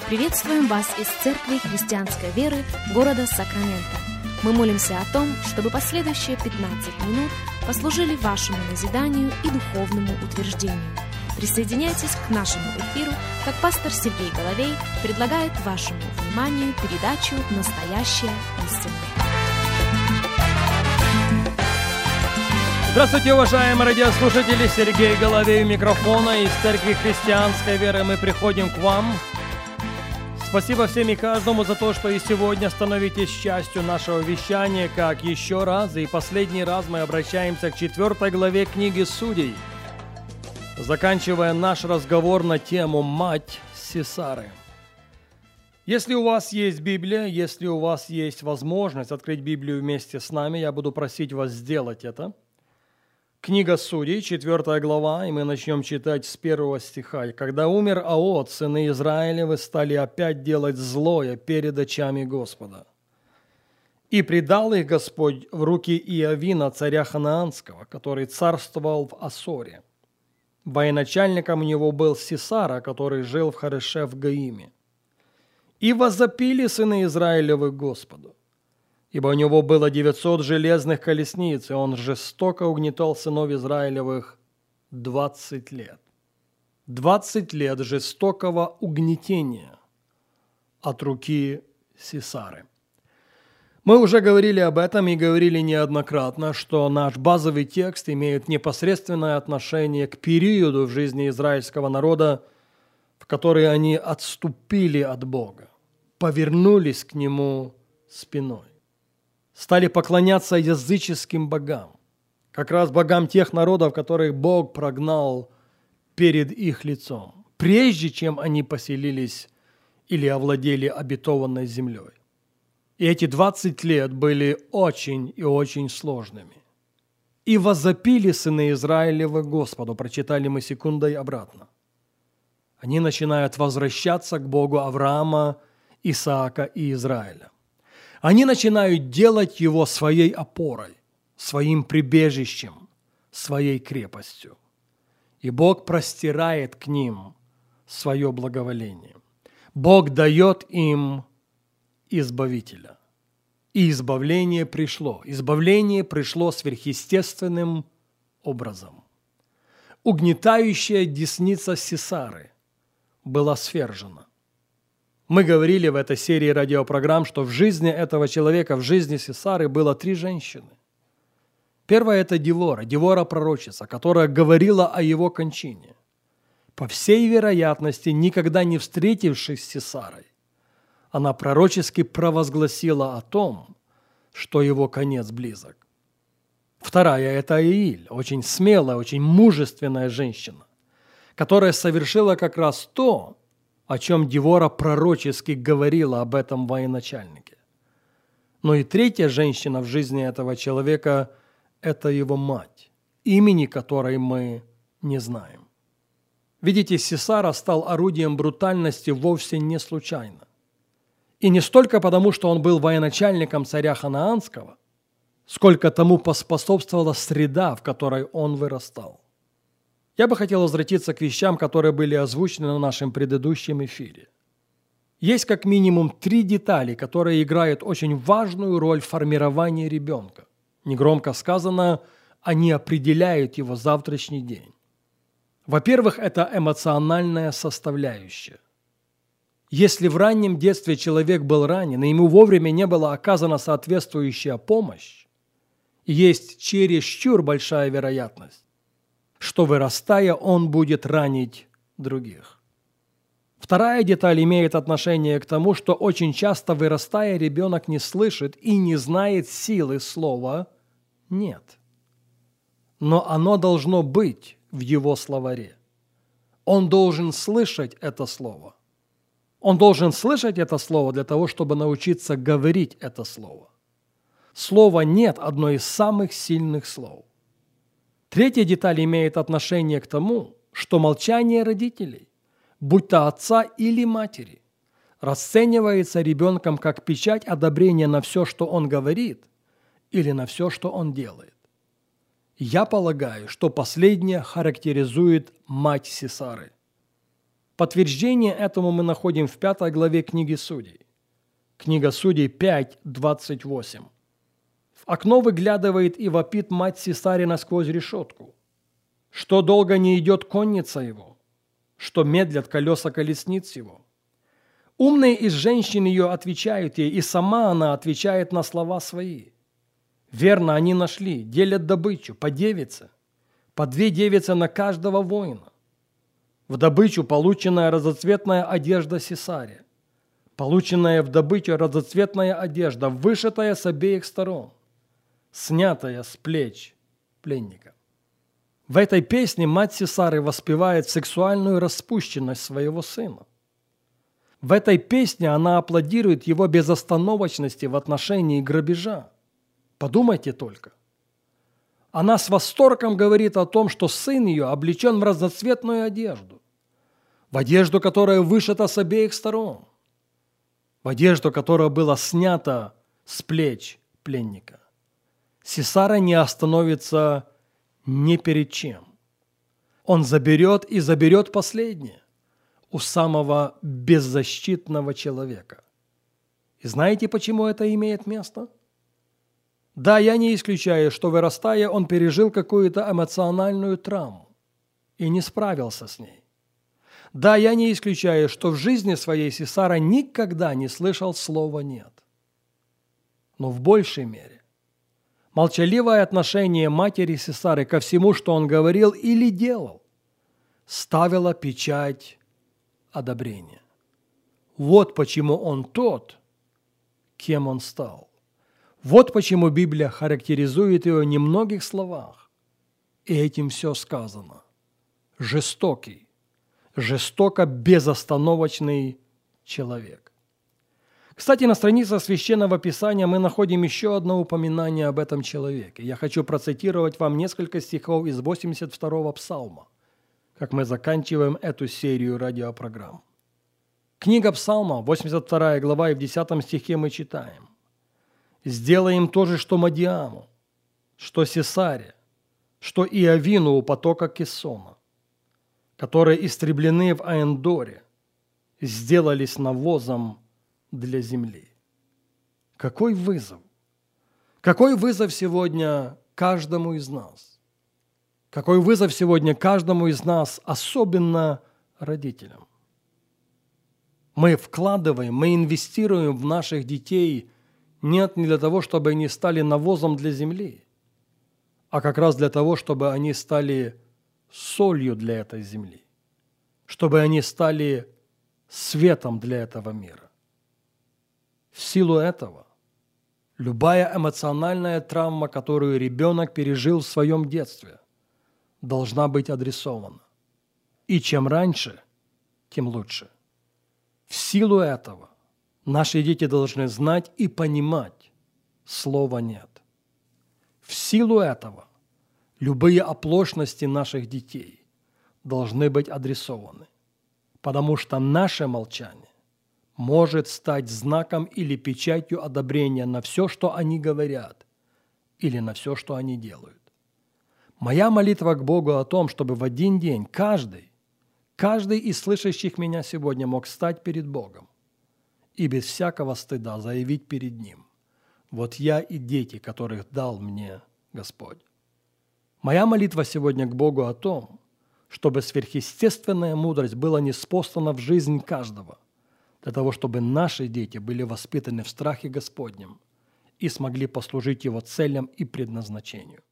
Приветствуем вас из Церкви Христианской Веры города Сакраменто. Мы молимся о том, чтобы последующие 15 минут послужили вашему назиданию и духовному утверждению. Присоединяйтесь к нашему эфиру, как пастор Сергей Головей предлагает вашему вниманию передачу «Настоящая истина». Здравствуйте, уважаемые радиослушатели! Сергей Головей у микрофона. Из Церкви Христианской Веры мы приходим к вам. Спасибо всем и каждому за то, что и сегодня становитесь частью нашего вещания, как еще раз и последний раз мы обращаемся к 4 главе книги Судей, заканчивая наш разговор на тему «Мать Сисары». Если у вас есть Библия, если у вас есть возможность открыть Библию вместе с нами, я буду просить вас сделать это. Книга Судей, 4 глава, и мы начнем читать с 1 стиха. «И когда умер Аот, сыны Израилевы стали опять делать злое перед очами Господа. И предал их Господь в руки Иовина, царя Ханаанского, который царствовал в Асоре. Военачальником у него был Сисара, который жил в Хареше-в-Гаиме. И возопили сыны Израилевы Господу, ибо у него было 900 железных колесниц, и он жестоко угнетал сынов Израилевых 20 лет. 20 лет жестокого угнетения от руки Сисары. Мы уже говорили об этом и говорили неоднократно, что наш базовый текст имеет непосредственное отношение к периоду в жизни израильского народа, в который они отступили от Бога, повернулись к Нему спиной. Стали поклоняться языческим богам, как раз богам тех народов, которых Бог прогнал перед их лицом, прежде чем они поселились или овладели обетованной землей. И эти 20 лет были очень и очень сложными. «И возопили сыны Израилевы Господу», прочитали мы секундой обратно. Они начинают возвращаться к Богу Авраама, Исаака и Израиля. Они начинают делать его своей опорой, своим прибежищем, своей крепостью. И Бог простирает к ним свое благоволение. Бог дает им избавителя. И избавление пришло. Избавление пришло сверхъестественным образом. Угнетающая десница Сисары была свержена. Мы говорили в этой серии радиопрограмм, что в жизни этого человека, в жизни Сисары было 3 женщины. Первая – это Девора пророчица, которая говорила о его кончине. По всей вероятности, никогда не встретившись с Сисарой, она пророчески провозгласила о том, что его конец близок. Вторая – это Аииль, очень смелая, очень мужественная женщина, которая совершила как раз то, о чем Девора пророчески говорила об этом военачальнике. Но и третья женщина в жизни этого человека – это его мать, имени которой мы не знаем. Видите, Сисара стал орудием брутальности вовсе не случайно. И не столько потому, что он был военачальником царя Ханаанского, сколько тому поспособствовала среда, в которой он вырастал. Я бы хотел возвратиться к вещам, которые были озвучены на нашем предыдущем эфире. Есть как минимум 3 детали, которые играют очень важную роль в формировании ребенка. Негромко сказано, они определяют его завтрашний день. Во-первых, это эмоциональная составляющая. Если в раннем детстве человек был ранен, и ему вовремя не была оказана соответствующая помощь, есть чересчур большая вероятность, что, вырастая, он будет ранить других. Вторая деталь имеет отношение к тому, что очень часто, вырастая, ребенок не слышит и не знает силы слова «нет». Но оно должно быть в его словаре. Он должен слышать это слово. Он должен слышать это слово для того, чтобы научиться говорить это слово. Слово «нет» – одно из самых сильных слов. Третья деталь имеет отношение к тому, что молчание родителей, будь то отца или матери, расценивается ребенком как печать одобрения на все, что он говорит, или на все, что он делает. Я полагаю, что последнее характеризует мать Сисары. Подтверждение этому мы находим в 5 главе книги Судей. Книга Судей 5:28. В окно выглядывает и вопит мать Сисарина сквозь решетку, что долго не идет конница его, что медлят колеса колесниц его. Умные из женщин ее отвечают ей, и сама она отвечает на слова свои. Верно, они нашли, делят добычу по девице, по 2 девицы на каждого воина. В добычу полученная разноцветная одежда Сисария, полученная в добычу разноцветная одежда, вышитая с обеих сторон, снятая с плеч пленника. В этой песне мать Сисары воспевает сексуальную распущенность своего сына. В этой песне она аплодирует его безостановочности в отношении грабежа. Подумайте только. Она с восторгом говорит о том, что сын ее облечен в разноцветную одежду, в одежду, которая вышита с обеих сторон, в одежду, которая была снята с плеч пленника. Сисара не остановится ни перед чем. Он заберет и заберет последнее у самого беззащитного человека. И знаете, почему это имеет место? Да, я не исключаю, что, вырастая, он пережил какую-то эмоциональную травму и не справился с ней. Да, я не исключаю, что в жизни своей Сисара никогда не слышал слова «нет». Но в большей мере молчаливое отношение матери Сисары ко всему, что он говорил или делал, ставило печать одобрения. Вот почему он тот, кем он стал. Вот почему Библия характеризует его в немногих словах. И этим все сказано. Жестокий, жестоко безостановочный человек. Кстати, на странице Священного Писания мы находим еще одно упоминание об этом человеке. Я хочу процитировать вам несколько стихов из 82-го Псалма, как мы заканчиваем эту серию радиопрограмм. Книга Псалма, 82 глава, и в 10 стихе мы читаем: «Сделаем то же, что Мадиаму, что Сисаре, что Иовину у потока Кессона, которые истреблены в Аэндоре, сделались навозом для земли». Какой вызов! Какой вызов сегодня каждому из нас? Какой вызов сегодня каждому из нас, особенно родителям? Мы вкладываем, мы инвестируем в наших детей не для того, чтобы они стали навозом для земли, а как раз для того, чтобы они стали солью для этой земли, чтобы они стали светом для этого мира. В силу этого любая эмоциональная травма, которую ребенок пережил в своем детстве, должна быть адресована. И чем раньше, тем лучше. В силу этого наши дети должны знать и понимать слова «нет». В силу этого любые оплошности наших детей должны быть адресованы, потому что наше молчание может стать знаком или печатью одобрения на все, что они говорят, или на все, что они делают. Моя молитва к Богу о том, чтобы в один день каждый из слышащих меня сегодня мог стать перед Богом и без всякого стыда заявить перед Ним: «Вот я и дети, которых дал мне Господь». Моя молитва сегодня к Богу о том, чтобы сверхъестественная мудрость была ниспослана в жизнь каждого, для того, чтобы наши дети были воспитаны в страхе Господнем и смогли послужить Его целям и предназначению.